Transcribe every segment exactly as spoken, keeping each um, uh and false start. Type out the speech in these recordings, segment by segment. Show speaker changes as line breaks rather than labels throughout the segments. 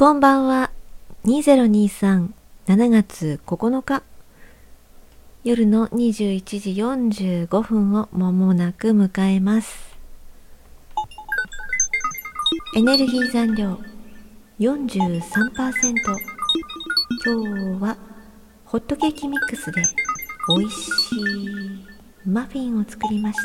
こんばんは。にせんにじゅうさん、しちがつここのか夜のにじゅういちじよんじゅうごふんを間もなく迎えます。エネルギー残量 よんじゅうさんパーセント。 今日はホットケーキミックスで美味しいマフィンを作りました。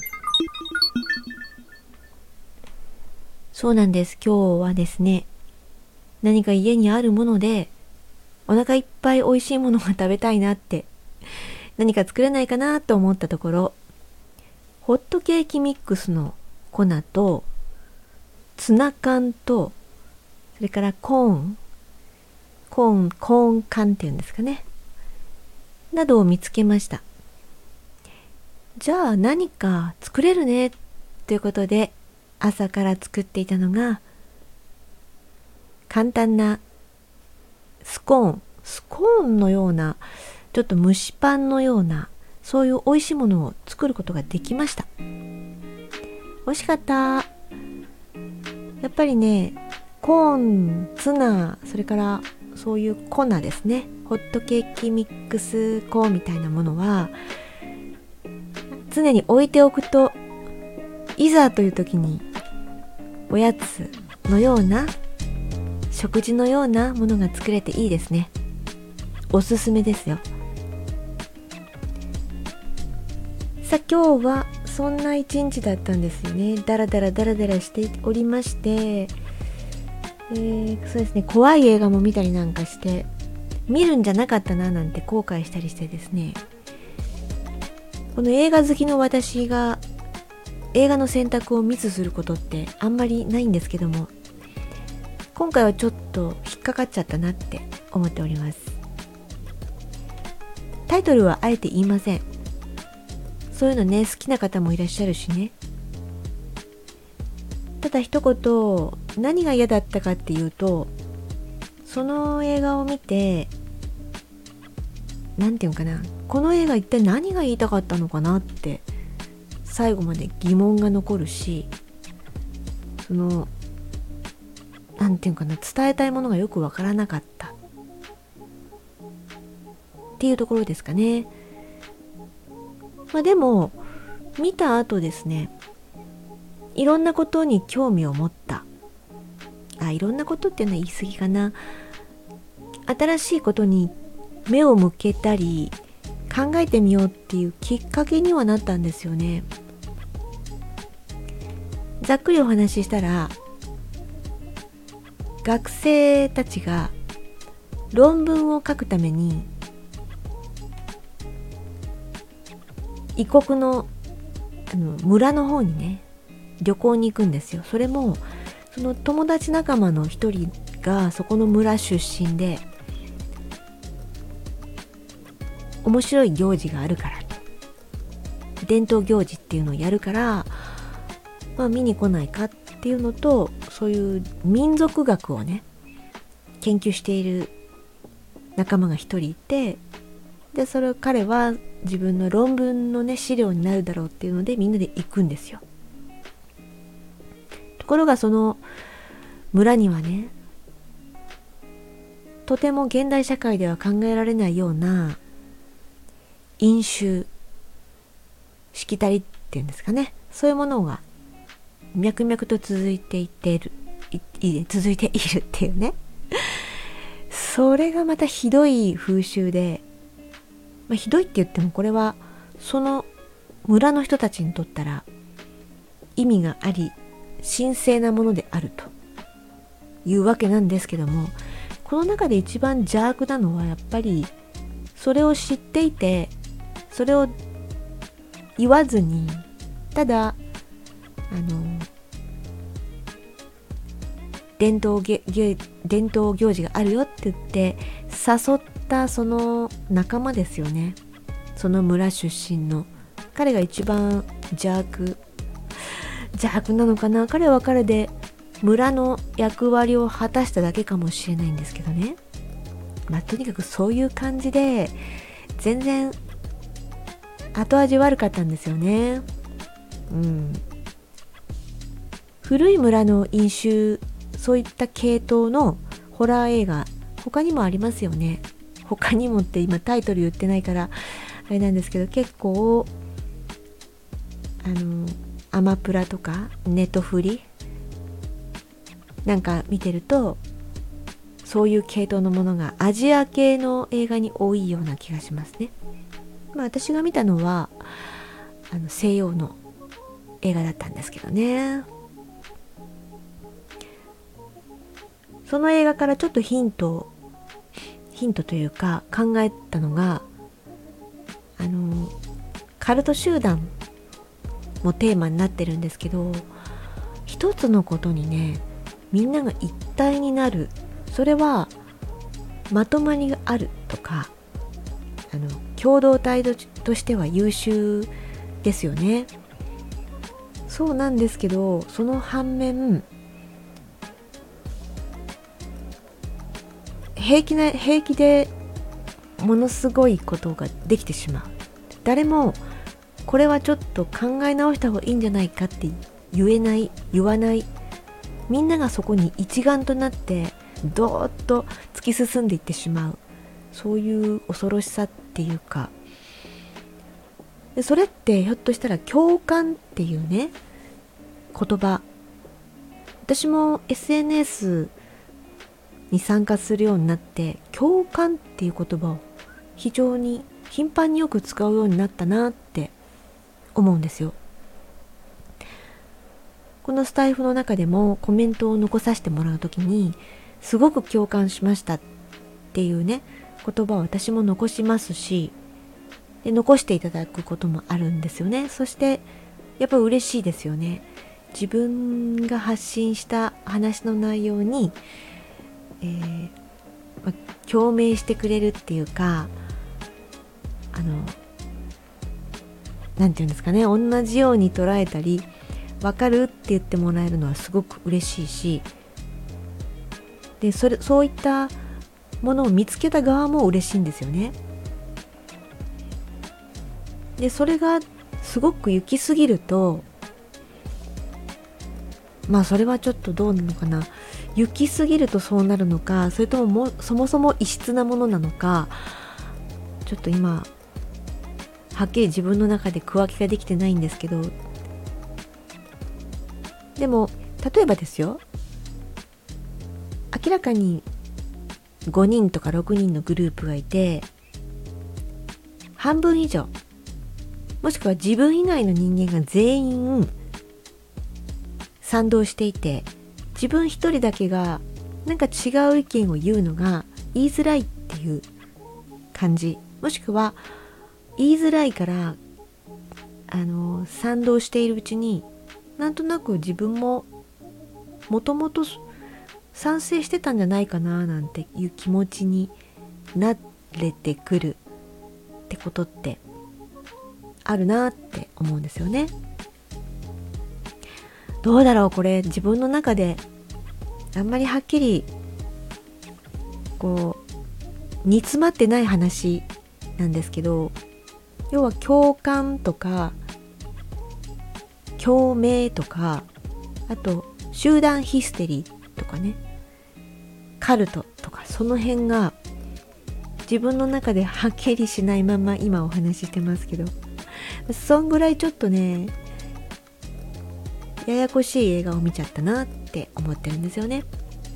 そうなんです。今日はですね、何か家にあるものでお腹いっぱい美味しいものが食べたいなって、何か作れないかなと思ったところ、ホットケーキミックスの粉とツナ缶と、それからコーンコーンコーン缶っていうんですかね、などを見つけました。じゃあ何か作れるねということで、朝から作っていたのが簡単なスコーンスコーンのような、ちょっと蒸しパンのような、そういう美味しいものを作ることができました。美味しかった。やっぱりね、コーン、ツナ、それからそういう粉ですね、ホットケーキミックス粉みたいなものは常に置いておくと、いざという時におやつのような、食事のようなものが作れていいですね。おすすめですよ。さあ今日はそんな一日だったんですよね。だらだらだらだらしておりまして、えー、そうですね、怖い映画も見たりなんかして、見るんじゃなかったななんて後悔したりしてですね、この映画好きの私が映画の選択をミスすることってあんまりないんですけども、今回はちょっと引っかかっちゃったなって思っております。タイトルはあえて言いません。そういうのね、好きな方もいらっしゃるしね。ただ一言、何が嫌だったかっていうと、その映画を見て、なんていうのかな、この映画一体何が言いたかったのかなって最後まで疑問が残るし、そのなんていうかな、伝えたいものがよくわからなかったっていうところですかね。まあでも見た後ですね、いろんなことに興味を持った。あ、いろんなことっていうのは言い過ぎかな。新しいことに目を向けたり考えてみようっていうきっかけにはなったんですよね。ざっくりお話ししたら、学生たちが論文を書くために異国の、あの村の方にね、旅行に行くんですよ。それもその友達仲間の一人がそこの村出身で、面白い行事があるからと、伝統行事っていうのをやるから、まあ、見に来ないかっていうのと、そういう民族学をね研究している仲間が一人いて、でそれを彼は自分の論文のね資料になるだろうっていうのでみんなで行くんですよ。ところがその村にはね、とても現代社会では考えられないような飲酒しきたりっていうんですかね、そういうものが脈々と続いていっているいい続いているっていうね、それがまたひどい風習で、まあ、ひどいって言ってもこれはその村の人たちにとったら意味があり神聖なものであるというわけなんですけども、この中で一番邪悪なのはやっぱりそれを知っていて、それを言わずに、ただあの伝統げげ伝統行事があるよって言って誘ったその仲間ですよね。その村出身の彼が一番邪悪邪悪なのかな。彼は彼で村の役割を果たしただけかもしれないんですけどね。まあとにかくそういう感じで全然後味悪かったんですよね。うん。古い村の飲酒、 そういった系統のホラー映画他にもありますよね。他にもって今タイトル言ってないからあれなんですけど、結構あのアマプラとかネットフリなんか見てると、そういう系統のものがアジア系の映画に多いような気がしますね。まあ私が見たのはあの西洋の映画だったんですけどね。その映画からちょっとヒントヒントというか考えたのが、あのカルト集団もテーマになってるんですけど、一つのことにねみんなが一体になる、それはまとまりがあるとか、あの共同体としては優秀ですよね。そうなんですけど、その反面平気な平気でものすごいことができてしまう。誰もこれはちょっと考え直した方がいいんじゃないかって言えない、言わない。みんながそこに一丸となってどーっと突き進んでいってしまう、そういう恐ろしさっていうか、でそれってひょっとしたら共感っていうね言葉、私も エスエヌエス に参加するようになって共感っていう言葉を非常に頻繁によく使うようになったなって思うんですよ。このスタイフの中でもコメントを残させてもらうときにすごく共感しましたっていうね言葉を私も残しますし、で残していただくこともあるんですよね。そしてやっぱり嬉しいですよね。自分が発信した話の内容に、えーま、共鳴してくれるっていうか、あのなんていうんですかね、同じように捉えたりわかるって言ってもらえるのはすごく嬉しいし、でそれそういったものを見つけた側も嬉しいんですよね。でそれがすごく行き過ぎると、まあそれはちょっとどうなのかな、行き過ぎるとそうなるのか、それとも、もそもそも異質なものなのか、ちょっと今はっきり自分の中で区分けができてないんですけど、でも例えばですよ、明らかにごにんとかろくにんのグループがいて、半分以上もしくは自分以外の人間が全員賛同していて、自分一人だけがなんか違う意見を言うのが言いづらいっていう感じ、もしくは言いづらいからあの賛同しているうちになんとなく自分ももともと賛成してたんじゃないかななんていう気持ちになれてくるってことってあるなって思うんですよね。どうだろう、これ自分の中であんまりはっきりこう煮詰まってない話なんですけど、要は共感とか共鳴とか、あと集団ヒステリーとかね、カルトとか、その辺が自分の中ではっきりしないまま今お話ししてますけど、そんぐらいちょっとねややこしい映画を見ちゃったなって思ってるんですよね。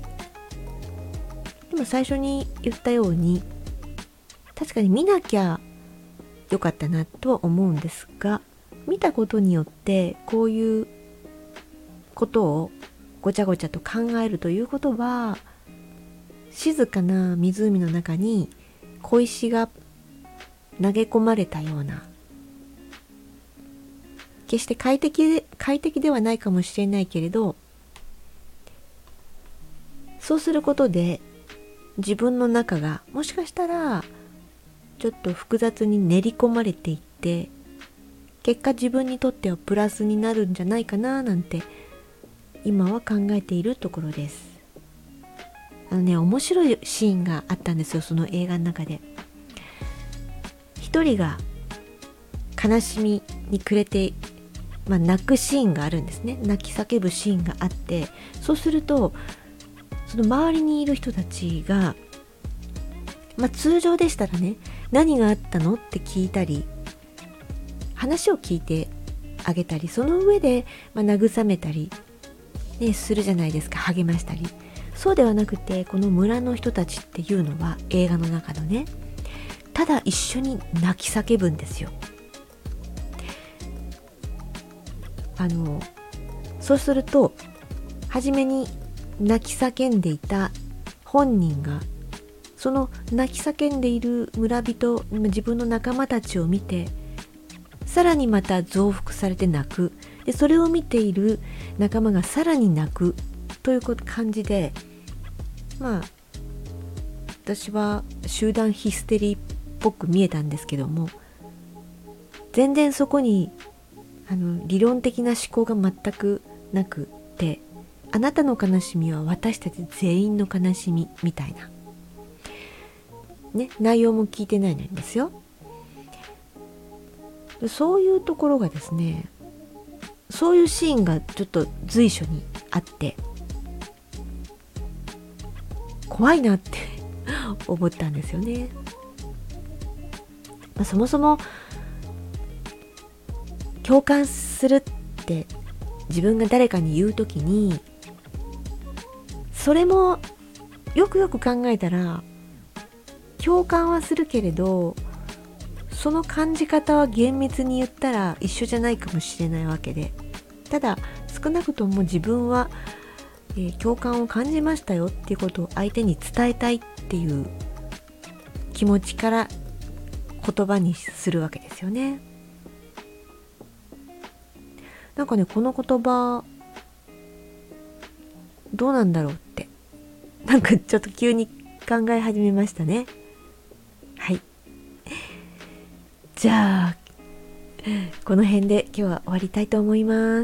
でも最初に言ったように確かに見なきゃよかったなとは思うんですが、見たことによってこういうことをごちゃごちゃと考えるということは、静かな湖の中に小石が投げ込まれたような、決して快適で、快適ではないかもしれないけれど、そうすることで自分の中がもしかしたらちょっと複雑に練り込まれていって、結果自分にとってはプラスになるんじゃないかななんて今は考えているところです。あのね、面白いシーンがあったんですよ、その映画の中で。一人が悲しみに暮れて、まあ、泣くシーンがあるんですね。泣き叫ぶシーンがあって、そうするとその周りにいる人たちが、まあ、通常でしたらね、何があったのって聞いたり、話を聞いてあげたり、その上で、まあ、慰めたり、ね、するじゃないですか、励ましたり。そうではなくて、この村の人たちっていうのは、映画の中のね、ただ一緒に泣き叫ぶんですよ。あのそうすると、初めに泣き叫んでいた本人が、その泣き叫んでいる村人、自分の仲間たちを見て、さらにまた増幅されて泣く。で、それを見ている仲間がさらに泣くという感じで、まあ私は集団ヒステリーっぽく見えたんですけども、全然そこにあの理論的な思考が全くなくて、あなたの悲しみは私たち全員の悲しみみたいなね、内容も聞いてないんですよ。そういうところがですね、そういうシーンがちょっと随所にあって、怖いなって思ったんですよね。まあ、そもそも共感するって自分が誰かに言うときに、それもよくよく考えたら共感はするけれど、その感じ方は厳密に言ったら一緒じゃないかもしれないわけで、ただ少なくとも自分は、えー、共感を感じましたよっていうことを相手に伝えたいっていう気持ちから言葉にするわけですよね。なんかね、この言葉どうなんだろうって、なんかちょっと急に考え始めましたね。はい、じゃあこの辺で今日は終わりたいと思います。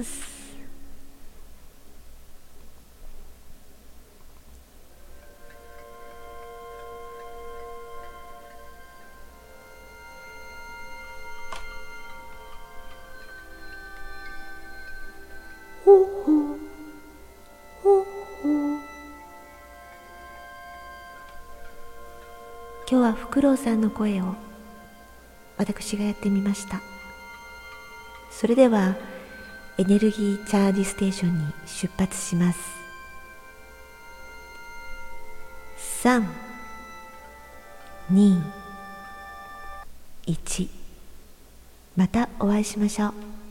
ほうほうほうほう。今日はフクロウさんの声を私がやってみました。それではエネルギーチャージステーションに出発します。さん、に、いち、またお会いしましょう。